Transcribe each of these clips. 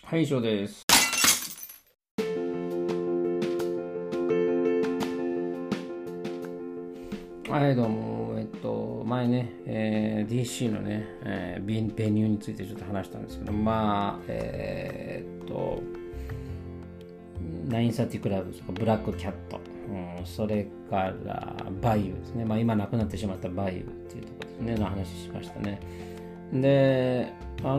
はい、以上です。はい、どうも。前ね、DC のね、ベニューについてちょっと話したんですけど、930クラブとか、ブラックキャット、それからバイユですね。今亡くなってしまったバイユっていうところですね、の話しましたね。で、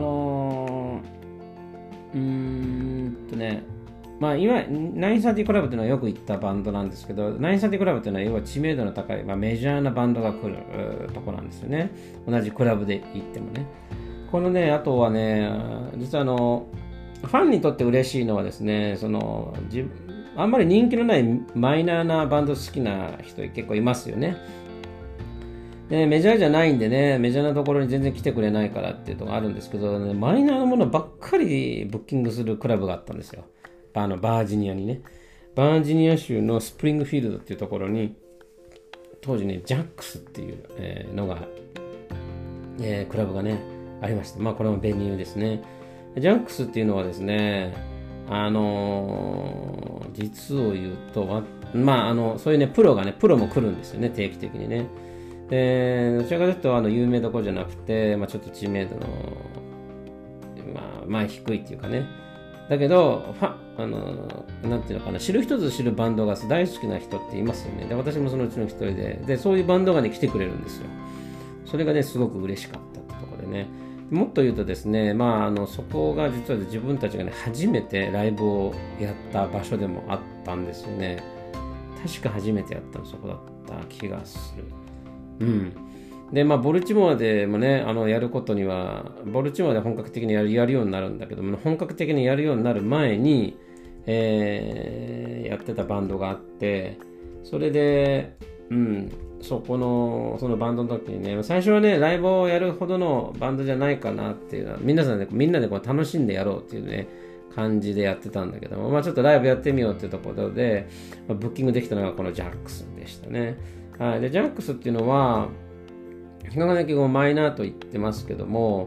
今、930クラブというのはよく言ったバンドなんですけど、930クラブというのは要は知名度の高い、メジャーなバンドが来るとこなんですよね。同じクラブで行ってもね。このね、あとはね、実はファンにとって嬉しいのはですね、あんまり人気のないマイナーなバンド好きな人結構いますよね。メジャーじゃないんでね、メジャーなところに全然来てくれないからっていうのがあるんですけど、ね、マイナーなものばっかりブッキングするクラブがあったんですよ。バージニアにね。バージニア州のスプリングフィールドっていうところに、当時ね、ジャックスっていうのが、クラブがね、ありました。これもベニューですね。ジャックスっていうのはですね、実を言うと、そういうね、プロも来るんですよね、定期的にね。どちらかというと有名どころじゃなくて、ちょっと知名度の、低いっていうかね。だけど、なんていうのかな、知る人ぞ知るバンドが大好きな人っていますよね。で、私もそのうちの一人で、そういうバンドがね、来てくれるんですよ。それがね、すごく嬉しかったってところでね。もっと言うとですね、そこが実は自分たちがね、初めてライブをやった場所でもあったんですよね。確か初めてやったのそこだった気がする。で、ボルチモアでもね、やることには、ボルチモアで本格的にやるようになるんだけども、本格的にやるようになる前に、やってたバンドがあって、それで、そのバンドの時にね、最初はね、ライブをやるほどのバンドじゃないかなっていうのは、みんなでこう楽しんでやろうっていうね、感じでやってたんだけども、ちょっとライブやってみようっていうところで、ブッキングできたのがこのジャックスでしたね。はい、でジャックスっていうのは比較的マイナーと言ってますけども、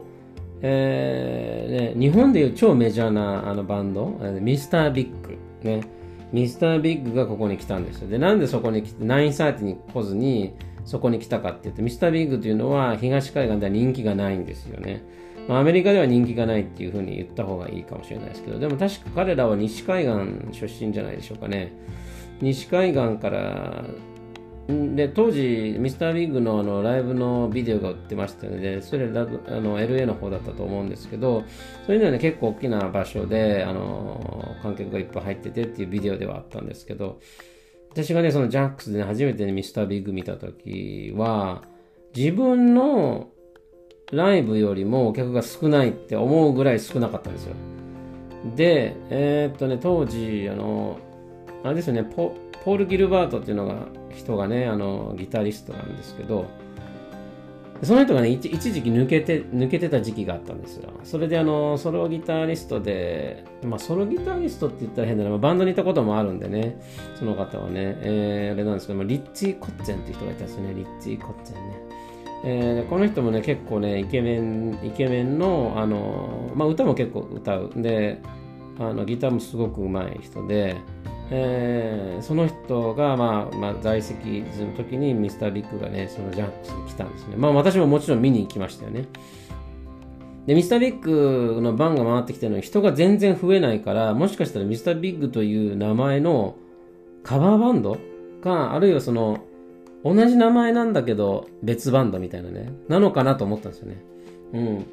日本でいう超メジャーなバンド、ミスタービッグね、ミスタービッグがここに来たんですよ。で、なんでそこに来て930に来ずにそこに来たかっていうと、ミスタービッグというのは東海岸では人気がないんですよね。アメリカでは人気がないっていうふうに言った方がいいかもしれないですけど、でも確か彼らは西海岸出身じゃないでしょうかね。西海岸からで、当時ミスタービッグのライブのビデオが売ってましたので、それLA の方だったと思うんですけど、そういうのはね、結構大きな場所で観客がいっぱい入っててっていうビデオではあったんですけど、私がね、そのジャックスで、ね、初めて、ね、ミスタービッグ見た時は、自分のライブよりもお客が少ないって思うぐらい少なかったんですよ。で、当時あれですよね、ポール・ギルバートっていう人がね、ギタリストなんですけど、その人がね、一時期抜けてた時期があったんですよ。それでソロギタリストで、ソロギタリストって言ったら変だな、バンドにいたこともあるんでね、その方はね、あれなんですけど、リッチー・コッツェンっていう人がいたんですよね、リッチー・コッツェンね。この人もね、結構ね、イケメンの、歌も結構歌う。で、ギターもすごく上手い人で、その人が、在籍するときにミスタービッグがね、そのジャックスに来たんですね。私ももちろん見に行きましたよね。で、ミスタービッグの番が回ってきてるのに人が全然増えないから、もしかしたらミスタービッグという名前のカバーバンドか、あるいは同じ名前なんだけど別バンドみたいなね、なのかなと思ったんですよね。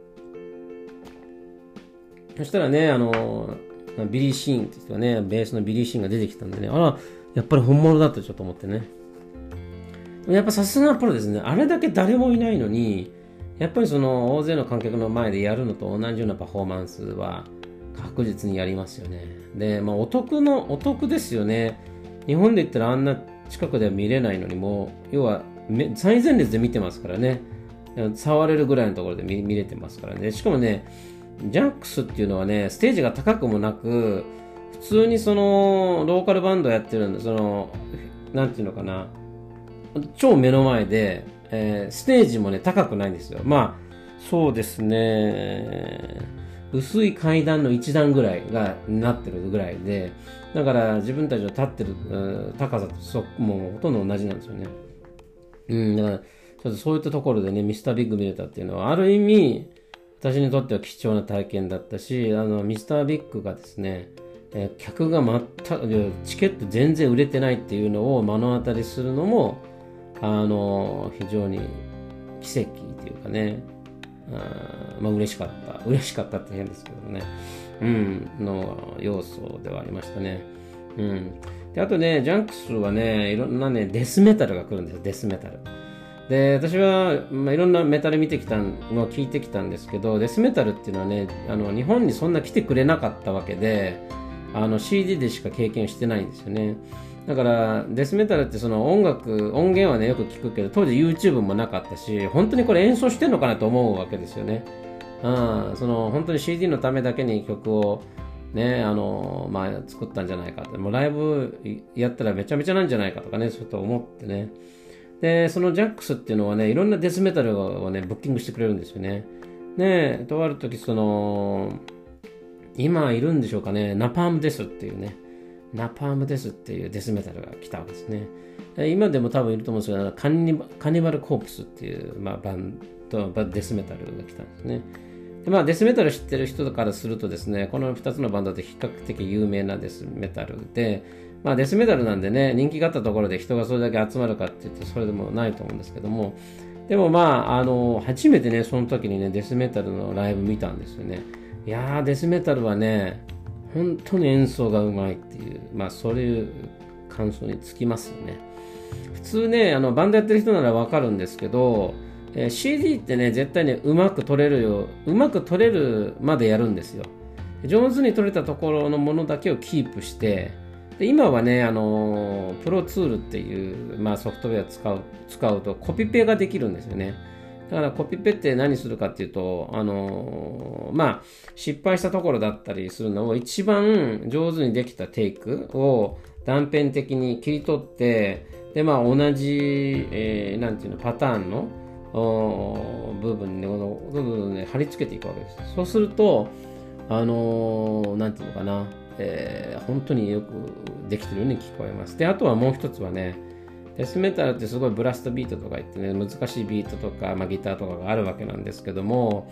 そしたらね、ビリー・シーンって人がね、ベースのビリー・シーンが出てきたんでね、やっぱり本物だとちょっと思ってね。やっぱさすがプロですね。あれだけ誰もいないのに、やっぱり大勢の観客の前でやるのと同じようなパフォーマンスは確実にやりますよね。で、お得ですよね。日本で言ったらあんな近くでは見れないのにも、要は最前列で見てますからね。触れるぐらいのところで見れてますからね。しかもね、ジャックスっていうのはね、ステージが高くもなく、普通にローカルバンドやってるんで、なんていうのかな、超目の前で、ステージもね、高くないんですよ。そうですね、 薄い階段の一段ぐらいがなってるぐらいで、だから自分たちの立ってる高さともうほとんど同じなんですよね。だからちょっとそういったところでね、ミスタービッグ見れたっていうのは、ある意味、私にとっては貴重な体験だったし、ミスタービッグがですね、客が全く、チケット全然売れてないっていうのを目の当たりするのも、非常に奇跡っていうかね、嬉しかったって変ですけどもね、の要素ではありましたね。で、あとね、ジャンクスはね、いろんなね、デスメタルが来るんですよ、デスメタル。で、私は、いろんなメタル見てきたのを聞いてきたんですけど、デスメタルっていうのはね、日本にそんな来てくれなかったわけで、CD でしか経験してないんですよね。だからデスメタルってその音源はねよく聞くけど、当時 YouTube もなかったし、本当にこれ演奏してんのかなと思うわけですよね。その本当に CD のためだけに曲をね作ったんじゃないかって、もうライブやったらめちゃめちゃなんじゃないかとかね、ちょっと思ってね。でそのジャックスっていうのはね、いろんなデスメタルをねブッキングしてくれるんですよね。でとある時今いるんでしょうかね、ナパームデスっていうね、ナパームデスっていうデスメタルが来たわけですね。今でも多分いると思うんですけど、カニバルコープスっていう、バンド、デスメタルが来たんですね。でデスメタル知ってる人からするとですね、この2つのバンドって比較的有名なデスメタルで、デスメタルなんでね、人気があったところで人がそれだけ集まるかって言ってそれでもないと思うんですけども、でも初めてね、その時にね、デスメタルのライブ見たんですよね。いやー、デスメタルはね、本当に演奏がうまいっていう、そういう感想につきますよね。普通ね、バンドやってる人ならわかるんですけど、CD ってね、絶対ね、うまく取れるまでやるんですよ。上手に取れたところのものだけをキープして、で今はね、プロツールっていう、ソフトウェア使うとコピペができるんですよね。だからコピペって何するかっていうと、失敗したところだったりするのを一番上手にできたテイクを断片的に切り取って、で、同じ、パターンの部分にね、どんどんね、貼り付けていくわけです。そうすると、本当によくできてるように聞こえます。で、あとはもう一つはね、デスメタルってすごいブラストビートとか言ってね、難しいビートとか、ギターとかがあるわけなんですけども、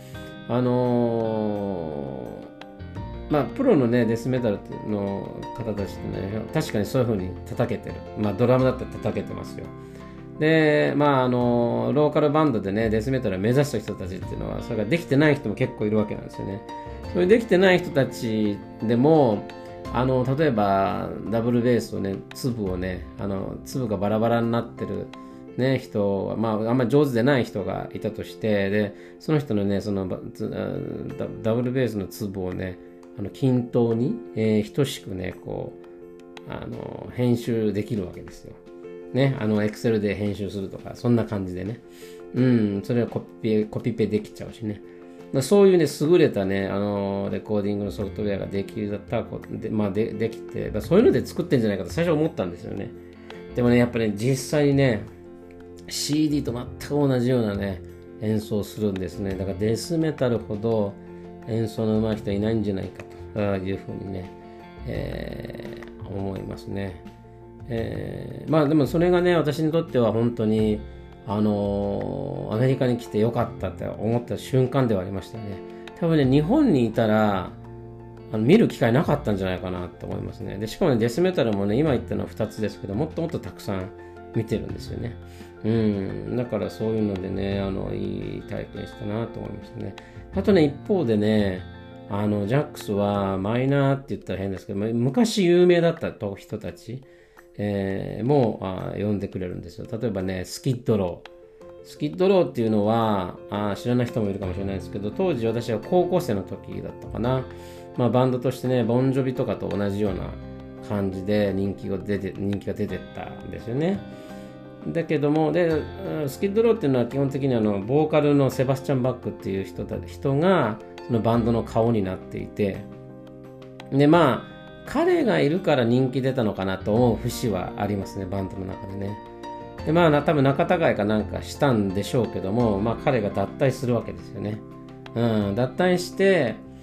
プロのね、デスメタルの方たちってね、確かにそういう風に叩けてる。ドラムだったら叩けてますよ。で、ローカルバンドでね、デスメタルを目指した人たちっていうのは、それができてない人も結構いるわけなんですよね。それできてない人たちでも、例えばダブルベースをね、粒がバラバラになってるね、人は、あんまり上手でない人がいたとして、でその人のね、ダブルベースの粒をね、均等に、等しくね、編集できるわけですよ。ね、Excel で編集するとか、そんな感じでね。それはコピペできちゃうしね。そういうね、優れたね、レコーディングのソフトウェアができて、そういうので作ってんじゃないかと最初思ったんですよね。でもね、やっぱり、実際にね、CD と全く同じようなね、演奏するんですね。だからデスメタルほど演奏の上手い人はいないんじゃないかというふうにね、思いますね。でもそれがね、私にとっては本当にアメリカに来てよかったって思った瞬間ではありましたね。多分ね、日本にいたら見る機会なかったんじゃないかなと思いますね。でしかもね、デスメタルもね、今言ったのは2つですけど、もっともっとたくさん見てるんですよね。だからそういうのでね、いい体験したなと思いましたね。あとね、一方でね、ジャックスはマイナーって言ったら変ですけど、昔有名だった人たち、も呼んでくれるんですよ。例えばね、スキッドローっていうのは知らない人もいるかもしれないですけど、当時私は高校生の時だったかな。バンドとしてね、ボンジョビとかと同じような感じで人気が出てったんですよね。だけども、でスキッドローっていうのは基本的にボーカルのセバスチャン・バックっていう人がそのバンドの顔になっていて、で彼がいるから人気出たのかなと思う節はありますね、バンドの中でね。で多分仲違いかなんかしたんでしょうけども、彼が脱退するわけですよね。脱退して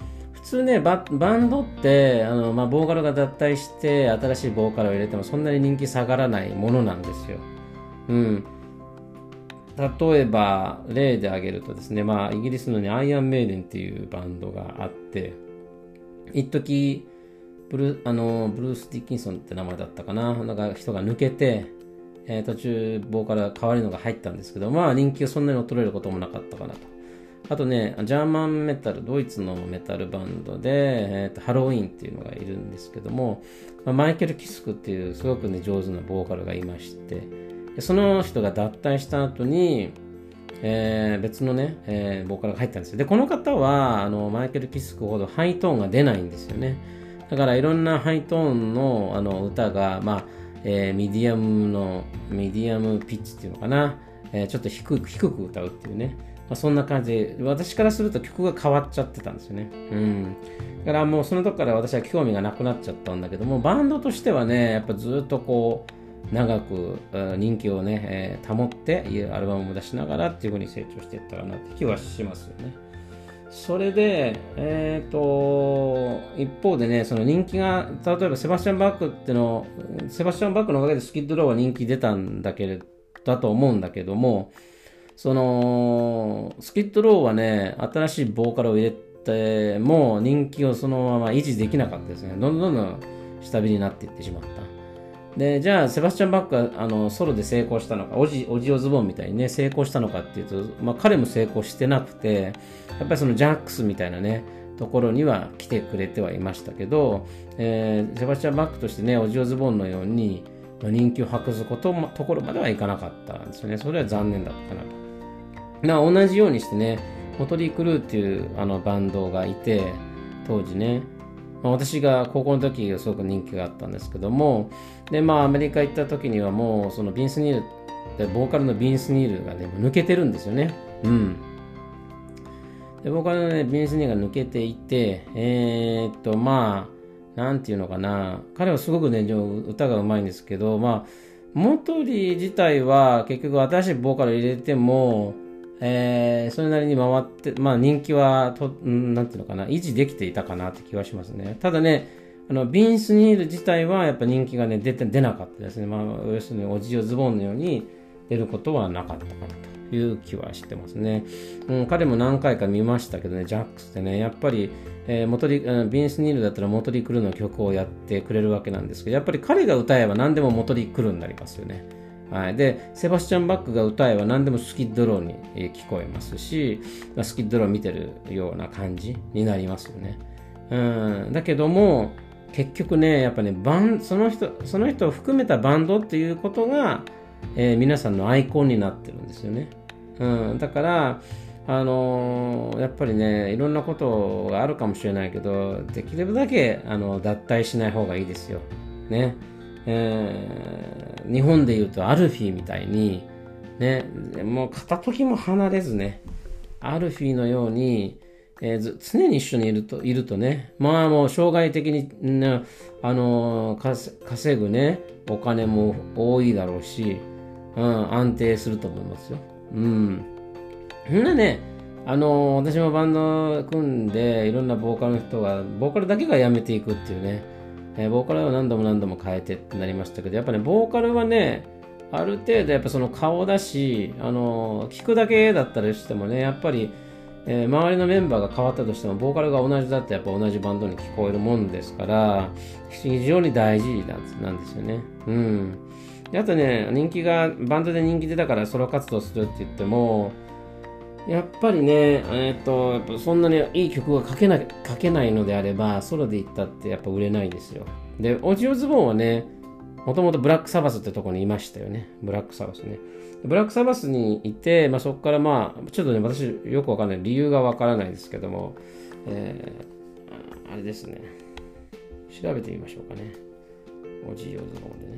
通ね、バンドってボーカルが脱退して新しいボーカルを入れてもそんなに人気下がらないものなんですよ。うん。例えば例で挙げるとですね、イギリスのねアイアンメイデンっていうバンドがあって、一時ブルース・ディッキンソンって名前だったかな、なんか人が抜けて、途中ボーカルが代わりのが入ったんですけど、人気がそんなに衰えることもなかったかなと。あとね、ジャーマンメタル、ドイツのメタルバンドで、ハロウィンっていうのがいるんですけども、マイケル・キスクっていうすごくね上手なボーカルがいまして、その人が脱退した後に、別のね、ボーカルが入ったんですよ。で、この方はマイケル・キスクほどハイトーンが出ないんですよね。だからいろんなハイトーンの歌が、ミディアムピッチっていうのかな、ちょっと低く歌うっていうね、そんな感じで、私からすると曲が変わっちゃってたんですよね。だからもうその時から私は興味がなくなっちゃったんだけども、バンドとしてはね、やっぱずっとこう長く人気をね、保ってアルバムも出しながらっていう風に成長していったかなって気はしますよね。それで、一方でね、その人気が、例えばセバスチャン・バックのおかげでスキッドローは人気出たんだと思うんだけども、そのスキッドローはね、新しいボーカルを入れても人気をそのまま維持できなかったですね。どんどん下火になっていってしまった。で、じゃあセバスチャン・バックがソロで成功したのか、オジオズボーンみたいにね成功したのかっていうと、彼も成功してなくて、やっぱりそのジャックスみたいなねところには来てくれてはいましたけど、セバスチャン・バックとしてねオジオズボーンのように人気を博すところまではいかなかったんですよね。それは残念だったかなと。同じようにしてね、モトリー・クルーっていうバンドがいて、当時ね、私が高校の時すごく人気があったんですけども、でアメリカ行った時にはもうそのビンス・ニール、ボーカルのビンス・ニールがね抜けてるんですよね。でボーカルのねビンス・ニールが抜けていて、なんていうのかな、彼はすごくね歌がうまいんですけど、モトリー自体は結局新しいボーカルを入れても、それなりに回って、人気はなんていうのかな、維持できていたかなって気はしますね。ただね、ビンス・ニール自体はやっぱ人気がね出なかったですね。要するにオジオズボーンのように出ることはなかったかなという気はしてますね。彼も何回か見ましたけどね、ジャックスってね、やっぱり、ビンス・ニールだったらモトリー・クルーの曲をやってくれるわけなんですけど、やっぱり彼が歌えば何でもモトリー・クルーになりますよね。はい、でセバスチャン・バックが歌えば何でもスキッドローに聞こえますし、スキッドローを見てるような感じになりますよね。だけども結局ね、やっぱねその人を含めたバンドっていうことが、皆さんのアイコンになってるんですよね。だからやっぱりね、いろんなことがあるかもしれないけど、できるだけ脱退しない方がいいですよね。日本でいうとアルフィーみたいにね、もう片時も離れずね、アルフィーのように、常に一緒にいるとね、もう生涯的に、稼ぐねお金も多いだろうし、安定すると思いますよ。そんなね、私もバンド組んでいろんなボーカルの人がボーカルだけが辞めていくっていうね、ボーカルを何度も変えてってなりましたけど、やっぱねボーカルはねある程度やっぱその顔だし、聞くだけだったりしてもね、やっぱり、周りのメンバーが変わったとしてもボーカルが同じだってやっぱ同じバンドに聞こえるもんですから、非常に大事なんですよね。であとね、バンドで人気出たからソロ活動するって言っても、やっぱりね、やっぱそんなにいい曲が書けないのであれば、ソロで行ったってやっぱ売れないですよ。で、オジオズボーンはね、もともとブラックサバスってとこにいましたよね。ブラックサバスね。ブラックサバスにいて、そこからちょっとね、私よくわかんない。理由がわからないですけども、あれですね。調べてみましょうかね。オジオズボーンで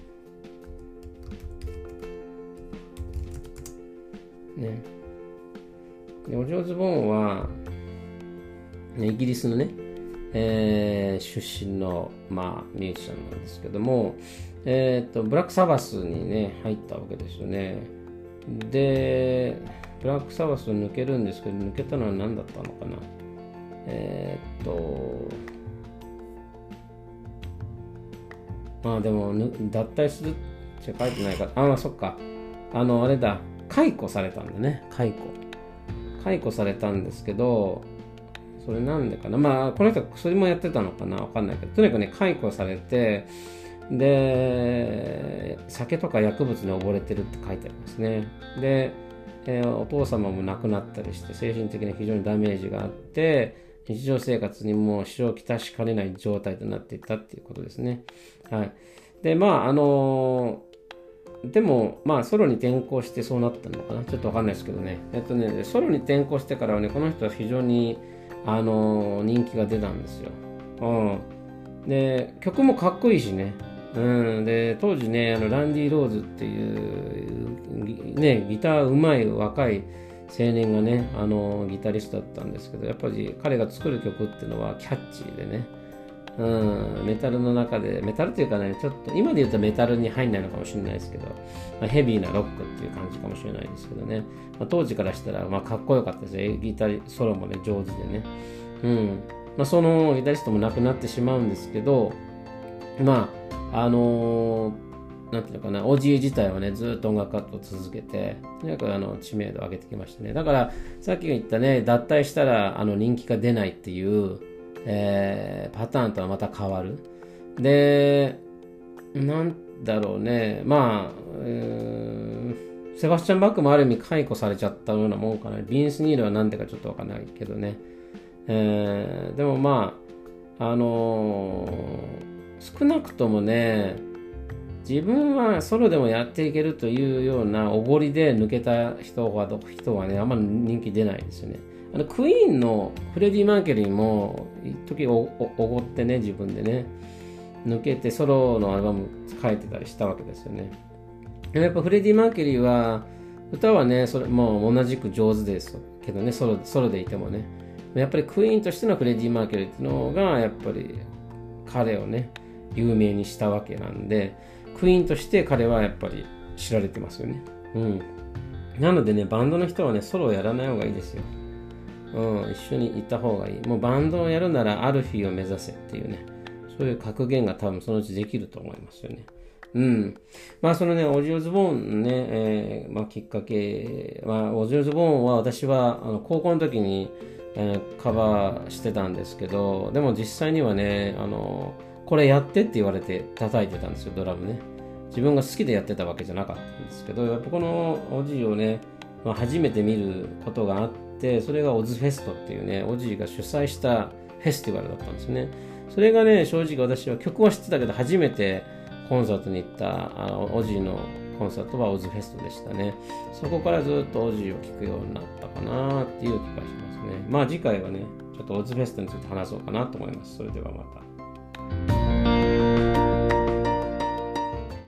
ね。でオジオズボーンは、イギリスのね、出身の、ミュージシャンなんですけども、ブラックサバスにね入ったわけですよね。でブラックサバスを抜けるんですけど、抜けたのは何だったのかな。 まあでも脱退するって書いてないから、そっか。あれだ、解雇されたんだね。解雇されたんですけど、それなんでかな。まあ、この人は薬もやってたのかな、わかんないけど、とにかくね、解雇されて、で、酒とか薬物に溺れてるって書いてありますね。で、お父様も亡くなったりして、精神的に非常にダメージがあって、日常生活にも支障をきたしかねない状態となっていたっていうことですね。はい。で、まあ、でも、まあ、ソロに転向してそうなったのかな。ちょっとわかんないですけどね。ソロに転向してからはね、この人は非常に、人気が出たんですよ。で、曲もかっこいいしね。で、当時ね、ランディ・ローズっていう、ね、ギターうまい若い青年がね、ギタリストだったんですけど、やっぱり彼が作る曲っていうのはキャッチーでね、メタルの中で、メタルっていうかね、ちょっと今で言うとメタルに入んないのかもしれないですけど、ヘビーなロックっていう感じかもしれないですけどね、当時からしたら、かっこよかったですね。ギタリソロもね、上手でね。そのギタリストも亡くなってしまうんですけど、なんていうのかな、オジー自体はね、ずっと音楽活動を続けて、とにかく知名度を上げてきましたね。だから、さっき言ったね、脱退したら人気が出ないっていう、パターンとはまた変わる。で、なんだろうね、セバスチャン・バックもある意味解雇されちゃったようなもんかな。ビンス・ニールはなんでかちょっとわかんないけどね。でも少なくともね、自分はソロでもやっていけるというようなおごりで抜けた人はね、あんまり人気出ないですよね。クイーンのフレディ・マーキュリーも一時おごってね、自分でね、抜けてソロのアルバム書いてたりしたわけですよね。でもやっぱフレディ・マーキュリーは歌はね、それもう同じく上手ですけどね、ソロでいてもね、やっぱりクイーンとしてのフレディ・マーキュリーっていうのがやっぱり彼をね、有名にしたわけなんで、クイーンとして彼はやっぱり知られてますよね。なのでね、バンドの人はね、ソロをやらない方がいいですよ。一緒にいた方がいい。もうバンドをやるならアルフィーを目指せっていうね、そういう格言が多分そのうちできると思いますよね。そのね、オジー・オズボーンのね、きっかけ、オジー・オズボーンは私は高校の時に、カバーしてたんですけど、でも実際にはね、これやってって言われて叩いてたんですよ、ドラムね。自分が好きでやってたわけじゃなかったんですけど、やっぱこのオジーをね、初めて見ることがあって、それがオズフェストっていうね、オジーが主催したフェスティバルだったんですね。それがね、正直私は曲は知ってたけど、初めてコンサートに行ったオジーのコンサートはオズフェストでしたね。そこからずっとオジーを聴くようになったかなっていう気がしますね。次回はね、ちょっとオズフェストについて話そうかなと思います。それではまた。